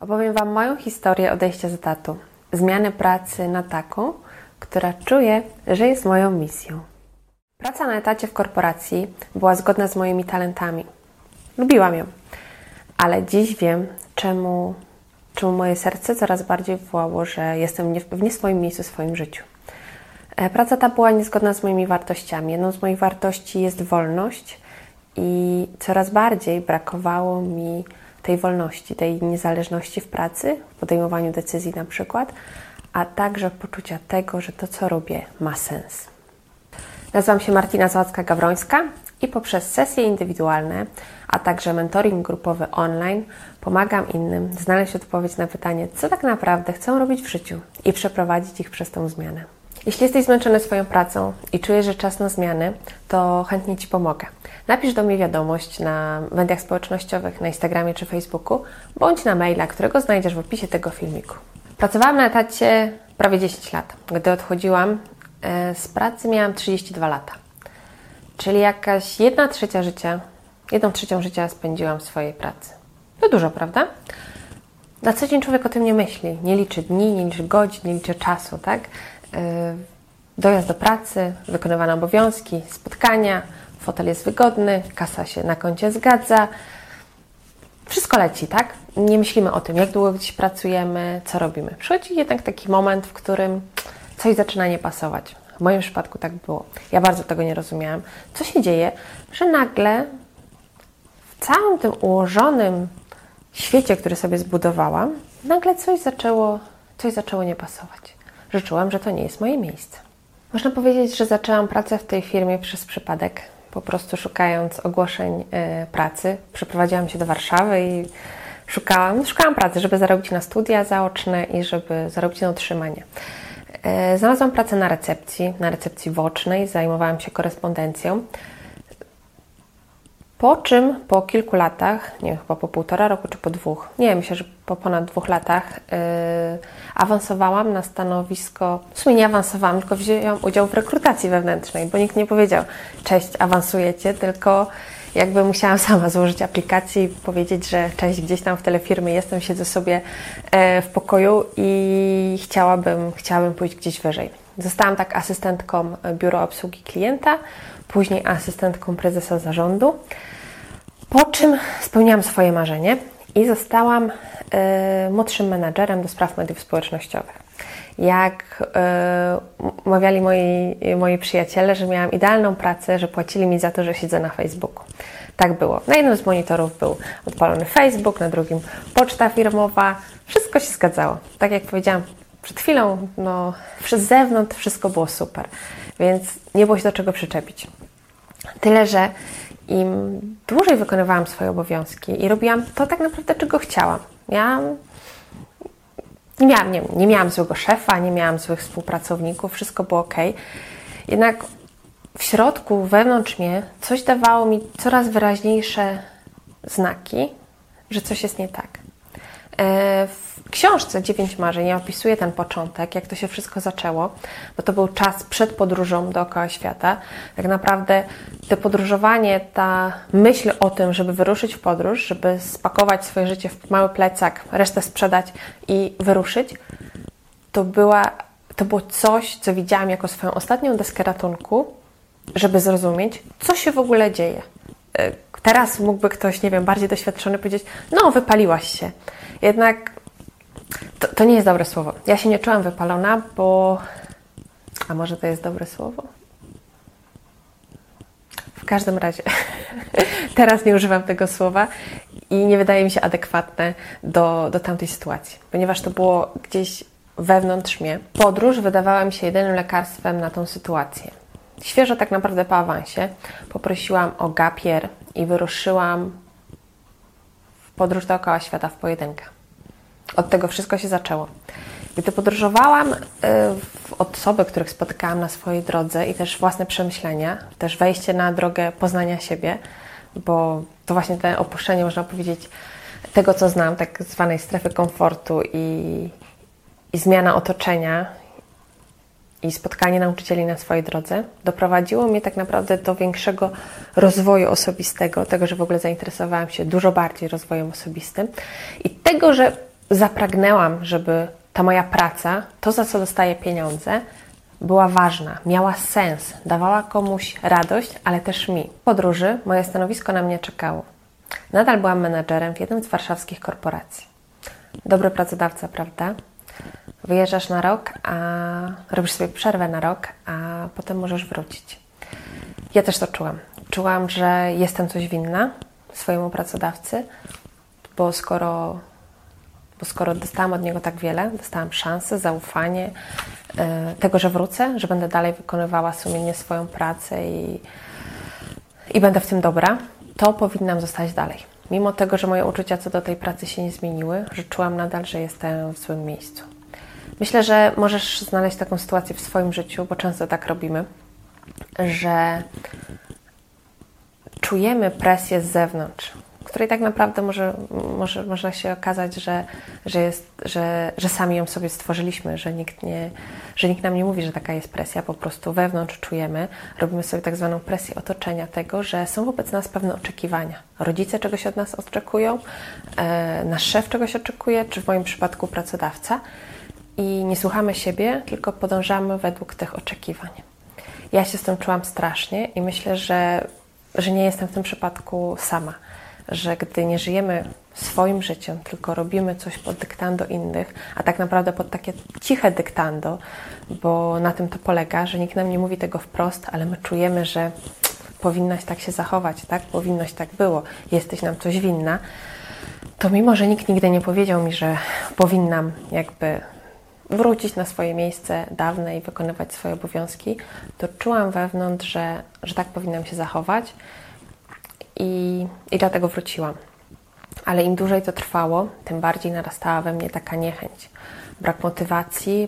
Opowiem Wam moją historię odejścia z etatu, zmiany pracy na taką, która czuję, że jest moją misją. Praca na etacie w korporacji była zgodna z moimi talentami. Lubiłam ją, ale dziś wiem, czemu moje serce coraz bardziej wołało, że jestem w nie swoim miejscu w swoim życiu. Praca ta była niezgodna z moimi wartościami. Jedną z moich wartości jest wolność i coraz bardziej brakowało mi tej wolności, tej niezależności w pracy, w podejmowaniu decyzji na przykład, a także poczucia tego, że to, co robię, ma sens. Nazywam się Martina Zawadzka-Gawrońska i poprzez sesje indywidualne, a także mentoring grupowy online pomagam innym znaleźć odpowiedź na pytanie, co tak naprawdę chcą robić w życiu i przeprowadzić ich przez tę zmianę. Jeśli jesteś zmęczony swoją pracą i czujesz, że czas na zmiany, to chętnie Ci pomogę. Napisz do mnie wiadomość na mediach społecznościowych, na Instagramie czy Facebooku, bądź na maila, którego znajdziesz w opisie tego filmiku. Pracowałam na etacie prawie 10 lat. Gdy odchodziłam z pracy, miałam 32 lata. Czyli jakaś 1/3 życia spędziłam w swojej pracy. To dużo, prawda? Na co dzień człowiek o tym nie myśli. Nie liczy dni, nie liczy godzin, nie liczy czasu, tak? Dojazd do pracy, wykonywane obowiązki, spotkania, fotel jest wygodny, kasa się na koncie zgadza. Wszystko leci, tak? Nie myślimy o tym, jak długo gdzieś pracujemy, co robimy. Przychodzi jednak taki moment, w którym coś zaczyna nie pasować. W moim przypadku tak było. Ja bardzo tego nie rozumiałam. Co się dzieje, że nagle w całym tym ułożonym świecie, który sobie zbudowałam, nagle coś zaczęło nie pasować. Że czułam, że to nie jest moje miejsce. Można powiedzieć, że zaczęłam pracę w tej firmie przez przypadek. Po prostu szukając ogłoszeń pracy, przeprowadziłam się do Warszawy i szukałam pracy, żeby zarobić na studia zaoczne i żeby zarobić na utrzymanie. Znalazłam pracę na recepcji wocznej, zajmowałam się korespondencją. Po czym po kilku latach, nie wiem, chyba po 1,5 roku czy po 2, myślę, że po ponad 2 latach awansowałam na stanowisko, w sumie nie awansowałam, tylko wzięłam udział w rekrutacji wewnętrznej, bo nikt nie powiedział, cześć, awansujecie, tylko jakby musiałam sama złożyć aplikację i powiedzieć, że cześć, gdzieś tam w tyle firmy jestem, siedzę sobie w pokoju i chciałabym pójść gdzieś wyżej. Zostałam tak asystentką biura obsługi klienta, później asystentką prezesa zarządu, po czym spełniłam swoje marzenie i zostałam młodszym menadżerem do spraw mediów społecznościowych. Jak mawiali moi przyjaciele, że miałam idealną pracę, że płacili mi za to, że siedzę na Facebooku. Tak było. Na jednym z monitorów był odpalony Facebook, na drugim poczta firmowa. Wszystko się zgadzało. Tak jak powiedziałam przed chwilą, z zewnątrz wszystko było super, więc nie było się do czego przyczepić. Tyle, że im dłużej wykonywałam swoje obowiązki i robiłam to tak naprawdę, czego chciałam. Ja nie miałam złego szefa, nie miałam złych współpracowników, wszystko było ok. Jednak w środku, wewnątrz mnie, coś dawało mi coraz wyraźniejsze znaki, że coś jest nie tak. W książce 9 marzeń ja opisuję ten początek, jak to się wszystko zaczęło, bo to był czas przed podróżą dookoła świata. Tak naprawdę to podróżowanie, ta myśl o tym, żeby wyruszyć w podróż, żeby spakować swoje życie w mały plecak, resztę sprzedać i wyruszyć, to było coś, co widziałam jako swoją ostatnią deskę ratunku, żeby zrozumieć, co się w ogóle dzieje. Teraz mógłby ktoś, bardziej doświadczony powiedzieć, wypaliłaś się. Jednak to nie jest dobre słowo. Ja się nie czułam wypalona, bo... A może to jest dobre słowo? W każdym razie teraz nie używam tego słowa i nie wydaje mi się adekwatne do tamtej sytuacji, ponieważ to było gdzieś wewnątrz mnie. Podróż wydawała mi się jedynym lekarstwem na tą sytuację. Świeżo tak naprawdę po awansie poprosiłam o gap year i wyruszyłam w podróż dookoła świata w pojedynkę. Od tego wszystko się zaczęło. Gdy podróżowałam od osoby, których spotykałam na swojej drodze i też własne przemyślenia, też wejście na drogę poznania siebie, bo to właśnie to opuszczenie, można powiedzieć, tego, co znam, tak zwanej strefy komfortu i zmiana otoczenia i spotkanie nauczycieli na swojej drodze doprowadziło mnie tak naprawdę do większego rozwoju osobistego, tego, że w ogóle zainteresowałam się dużo bardziej rozwojem osobistym i tego, że zapragnęłam, żeby ta moja praca, to za co dostaję pieniądze, była ważna, miała sens, dawała komuś radość, ale też mi. W podróży moje stanowisko na mnie czekało. Nadal byłam menadżerem w jednym z warszawskich korporacji. Dobry pracodawca, prawda? Wyjeżdżasz na rok, a robisz sobie przerwę na rok, a potem możesz wrócić. Ja też to czułam. Czułam, że jestem coś winna swojemu pracodawcy, bo skoro dostałam od niego tak wiele, dostałam szansę, zaufanie, tego, że wrócę, że będę dalej wykonywała sumiennie swoją pracę i będę w tym dobra, to powinnam zostać dalej. Mimo tego, że moje uczucia co do tej pracy się nie zmieniły, że czułam nadal, że jestem w złym miejscu. Myślę, że możesz znaleźć taką sytuację w swoim życiu, bo często tak robimy, że czujemy presję z zewnątrz, której tak naprawdę można się okazać, że sami ją sobie stworzyliśmy, że nikt nam nie mówi, że taka jest presja, po prostu wewnątrz czujemy, robimy sobie tak zwaną presję otoczenia tego, że są wobec nas pewne oczekiwania. Rodzice czegoś od nas oczekują, nasz szef czegoś oczekuje, czy w moim przypadku pracodawca i nie słuchamy siebie, tylko podążamy według tych oczekiwań. Ja się z tym czułam strasznie i myślę, że nie jestem w tym przypadku sama. Że gdy nie żyjemy swoim życiem, tylko robimy coś pod dyktando innych, a tak naprawdę pod takie ciche dyktando, bo na tym to polega, że nikt nam nie mówi tego wprost, ale my czujemy, że powinnaś tak się zachować, tak? Powinnoś tak było, jesteś nam coś winna, to mimo, że nikt nigdy nie powiedział mi, że powinnam jakby wrócić na swoje miejsce dawne i wykonywać swoje obowiązki, to czułam wewnątrz, że tak powinnam się zachować. I dlatego wróciłam. Ale im dłużej to trwało, tym bardziej narastała we mnie taka niechęć. Brak motywacji,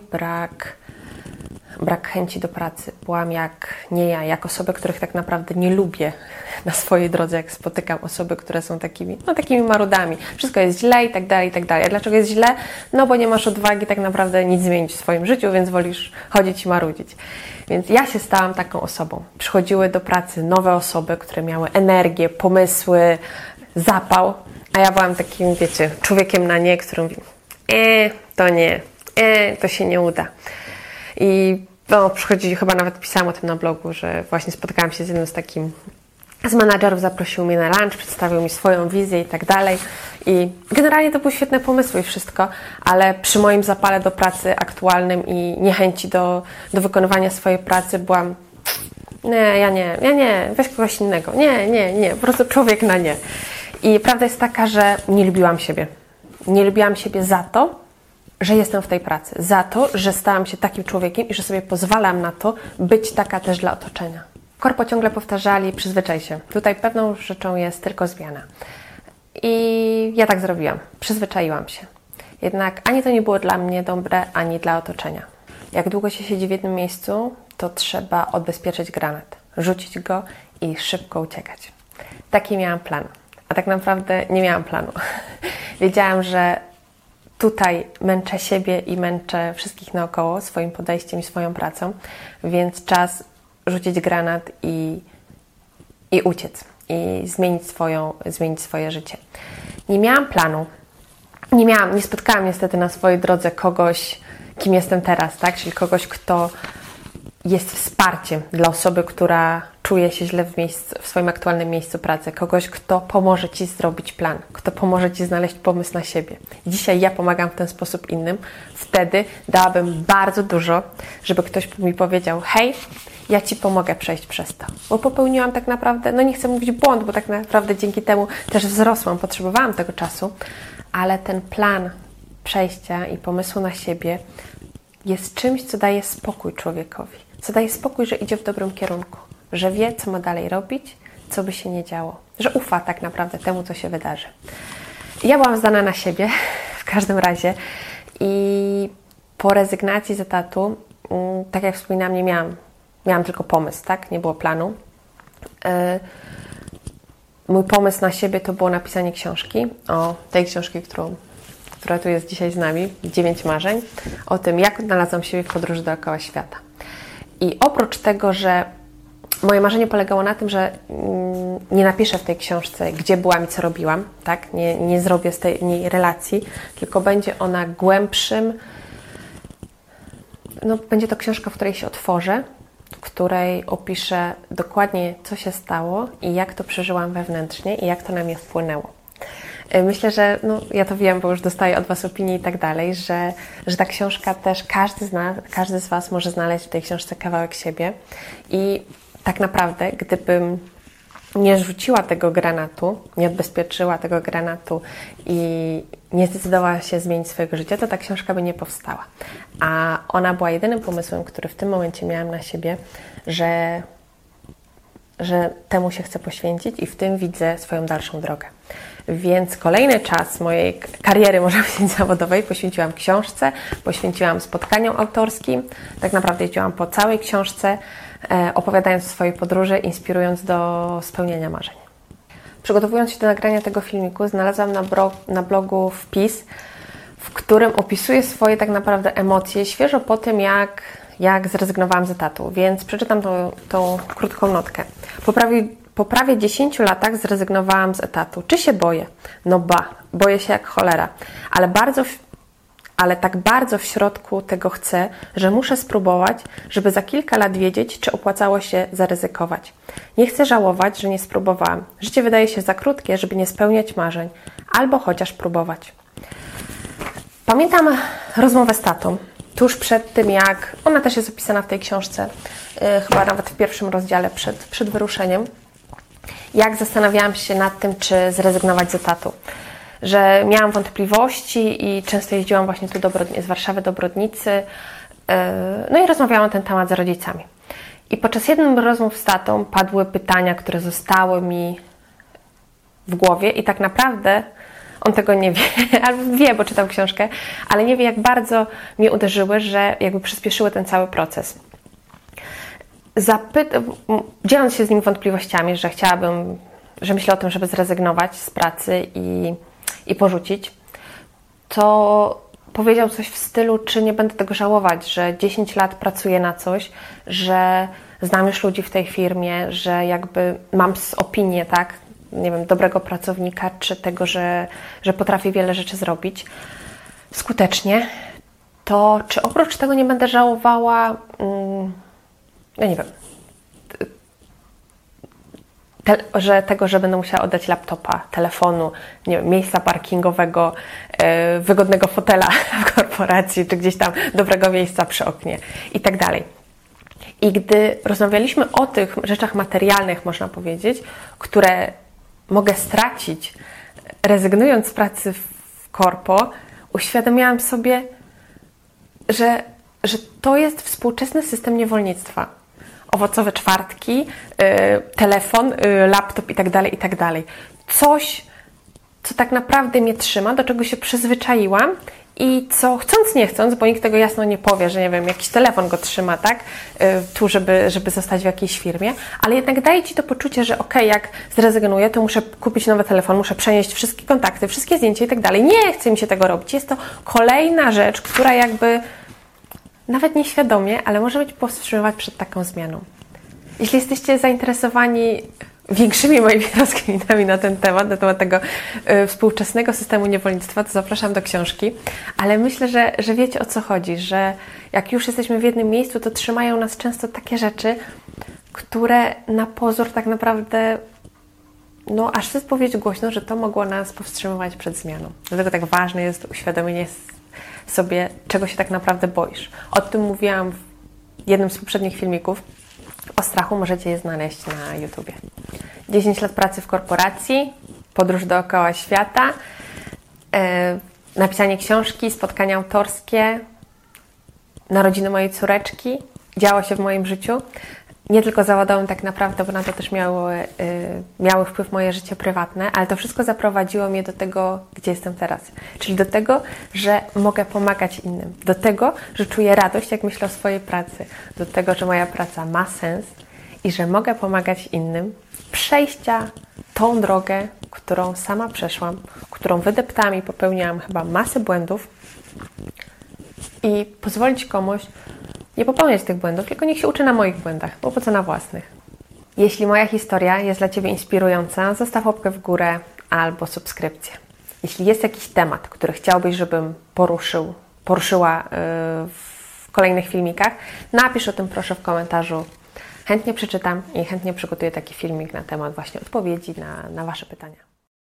brak chęci do pracy. Byłam jak osoby, których tak naprawdę nie lubię na swojej drodze, jak spotykam osoby, które są takimi marudami. Wszystko jest źle i tak dalej, i tak dalej. A dlaczego jest źle? No bo nie masz odwagi tak naprawdę nic zmienić w swoim życiu, więc wolisz chodzić i marudzić. Więc ja się stałam taką osobą. Przychodziły do pracy nowe osoby, które miały energię, pomysły, zapał, a ja byłam takim, wiecie, człowiekiem na nie, który mówi, to nie, to się nie uda. I przychodzi, chyba nawet pisałam o tym na blogu, że właśnie spotkałam się z jednym z menadżerów, zaprosił mnie na lunch, przedstawił mi swoją wizję i tak dalej. I generalnie to były świetne pomysły i wszystko, ale przy moim zapale do pracy aktualnym i niechęci do wykonywania swojej pracy byłam ja nie, weź kogoś innego. Nie, po prostu człowiek na nie. I prawda jest taka, że nie lubiłam siebie. Nie lubiłam siebie za to, że jestem w tej pracy. Za to, że stałam się takim człowiekiem i że sobie pozwalam na to być taka też dla otoczenia. Korpo ciągle powtarzali, przyzwyczaj się. Tutaj pewną rzeczą jest tylko zmiana. I ja tak zrobiłam. Przyzwyczaiłam się. Jednak ani to nie było dla mnie dobre, ani dla otoczenia. Jak długo się siedzi w jednym miejscu, to trzeba odbezpieczyć granat, rzucić go i szybko uciekać. Taki miałam plan. A tak naprawdę nie miałam planu. Wiedziałam, że tutaj męczę siebie i męczę wszystkich naokoło swoim podejściem i swoją pracą, więc czas rzucić granat i uciec. I zmienić swoje życie. Nie miałam planu. Nie spotkałam niestety na swojej drodze kogoś, kim jestem teraz, tak? Czyli kogoś, kto jest wsparciem dla osoby, która czuje się źle w swoim aktualnym miejscu pracy. Kogoś, kto pomoże Ci zrobić plan, kto pomoże Ci znaleźć pomysł na siebie. Dzisiaj ja pomagam w ten sposób innym. Wtedy dałabym bardzo dużo, żeby ktoś mi powiedział, hej, ja Ci pomogę przejść przez to. Bo popełniłam tak naprawdę, nie chcę mówić błąd, bo tak naprawdę dzięki temu też wzrosłam, potrzebowałam tego czasu, ale ten plan przejścia i pomysłu na siebie jest czymś, co daje spokój człowiekowi. Co daje spokój, że idzie w dobrym kierunku. Że wie, co ma dalej robić, co by się nie działo. Że ufa tak naprawdę temu, co się wydarzy. Ja byłam zdana na siebie w każdym razie i po rezygnacji z etatu, tak jak wspominałam, nie miałam tylko pomysł, tak? Nie było planu. Mój pomysł na siebie to było napisanie książki, o tej książki, która tu jest dzisiaj z nami, 9 marzeń, o tym, jak odnalazłam siebie w podróży dookoła świata. I oprócz tego, że moje marzenie polegało na tym, że nie napiszę w tej książce, gdzie byłam i co robiłam, tak? Nie zrobię z tej relacji, tylko będzie ona głębszym. Będzie to książka, w której się otworzę, w której opiszę dokładnie, co się stało i jak to przeżyłam wewnętrznie i jak to na mnie wpłynęło. Myślę, że ja to wiem, bo już dostaję od Was opinie i tak dalej, że ta książka też każdy z Was może znaleźć w tej książce kawałek siebie i tak naprawdę, gdybym nie rzuciła tego granatu, nie odbezpieczyła tego granatu i nie zdecydowała się zmienić swojego życia, to ta książka by nie powstała. A ona była jedynym pomysłem, który w tym momencie miałam na siebie, że temu się chcę poświęcić i w tym widzę swoją dalszą drogę. Więc kolejny czas mojej kariery, można powiedzieć, zawodowej poświęciłam książce, poświęciłam spotkaniom autorskim. Tak naprawdę jeździłam po całej książce, opowiadając o swojej podróży, inspirując do spełnienia marzeń. Przygotowując się do nagrania tego filmiku, znalazłam na blogu wpis, w którym opisuję swoje tak naprawdę emocje świeżo po tym, jak zrezygnowałam z etatu, więc przeczytam tą krótką notkę. Po prawie 10 latach zrezygnowałam z etatu. Czy się boję? Boję się jak cholera, ale tak bardzo w środku tego chcę, że muszę spróbować, żeby za kilka lat wiedzieć, czy opłacało się zaryzykować. Nie chcę żałować, że nie spróbowałam. Życie wydaje się za krótkie, żeby nie spełniać marzeń, albo chociaż próbować. Pamiętam rozmowę z tatą, tuż przed tym jak, ona też jest opisana w tej książce, chyba nawet w pierwszym rozdziale przed wyruszeniem, jak zastanawiałam się nad tym, czy zrezygnować z etatu. Że miałam wątpliwości i często jeździłam właśnie tu z Warszawy do Brodnicy, i rozmawiałam na ten temat z rodzicami. I podczas jednej z rozmów z tatą padły pytania, które zostały mi w głowie i tak naprawdę on tego nie wie, albo wie, bo czytał książkę, ale nie wie, jak bardzo mnie uderzyły, że jakby przyspieszyły ten cały proces. Dzieląc się z nim wątpliwościami, że myślę o tym, żeby zrezygnować z pracy i porzucić, to powiedział coś w stylu, czy nie będę tego żałować, że 10 lat pracuję na coś, że znam już ludzi w tej firmie, że jakby mam opinię, tak, nie wiem, dobrego pracownika, czy tego, że potrafię wiele rzeczy zrobić skutecznie, to czy oprócz tego nie będę żałowała, nie wiem, że będę musiała oddać laptopa, telefonu, nie wiem, miejsca parkingowego, wygodnego fotela w korporacji, czy gdzieś tam dobrego miejsca przy oknie i tak dalej. I gdy rozmawialiśmy o tych rzeczach materialnych, można powiedzieć, które mogę stracić, rezygnując z pracy w korpo, uświadomiłam sobie, że to jest współczesny system niewolnictwa. Owocowe czwartki, telefon, laptop i tak dalej. Coś, co tak naprawdę mnie trzyma, do czego się przyzwyczaiłam i co chcąc, nie chcąc, bo nikt tego jasno nie powie, że nie wiem, jakiś telefon go trzyma, tak, tu, żeby zostać w jakiejś firmie, ale jednak daje Ci to poczucie, że okej, jak zrezygnuję, to muszę kupić nowy telefon, muszę przenieść wszystkie kontakty, wszystkie zdjęcia i tak dalej. Nie chce mi się tego robić. Jest to kolejna rzecz, która jakby nawet nieświadomie, ale może być powstrzymywać przed taką zmianą. Jeśli jesteście zainteresowani większymi moimi rozkminami na ten temat, na temat tego współczesnego systemu niewolnictwa, to zapraszam do książki, ale myślę, że wiecie, o co chodzi, że jak już jesteśmy w jednym miejscu, to trzymają nas często takie rzeczy, które na pozór tak naprawdę, aż chcę powiedzieć głośno, że to mogło nas powstrzymywać przed zmianą. Dlatego tak ważne jest uświadomienie sobie, czego się tak naprawdę boisz. O tym mówiłam w jednym z poprzednich filmików. O strachu możecie je znaleźć na YouTubie. 10 lat pracy w korporacji, podróż dookoła świata, napisanie książki, spotkania autorskie, narodziny mojej córeczki, działo się w moim życiu. Nie tylko zawodowym tak naprawdę, bo na to też miały wpływ moje życie prywatne, ale to wszystko zaprowadziło mnie do tego, gdzie jestem teraz. Czyli do tego, że mogę pomagać innym. Do tego, że czuję radość, jak myślę o swojej pracy. Do tego, że moja praca ma sens i że mogę pomagać innym przejścia tą drogę, którą sama przeszłam, którą wydeptałam i popełniałam chyba masę błędów i pozwolić komuś nie popełniać tych błędów, tylko niech się uczy na moich błędach, bo po co na własnych. Jeśli moja historia jest dla Ciebie inspirująca, zostaw łapkę w górę albo subskrypcję. Jeśli jest jakiś temat, który chciałbyś, żebym poruszyła w kolejnych filmikach, napisz o tym proszę w komentarzu. Chętnie przeczytam i chętnie przygotuję taki filmik na temat właśnie odpowiedzi na Wasze pytania.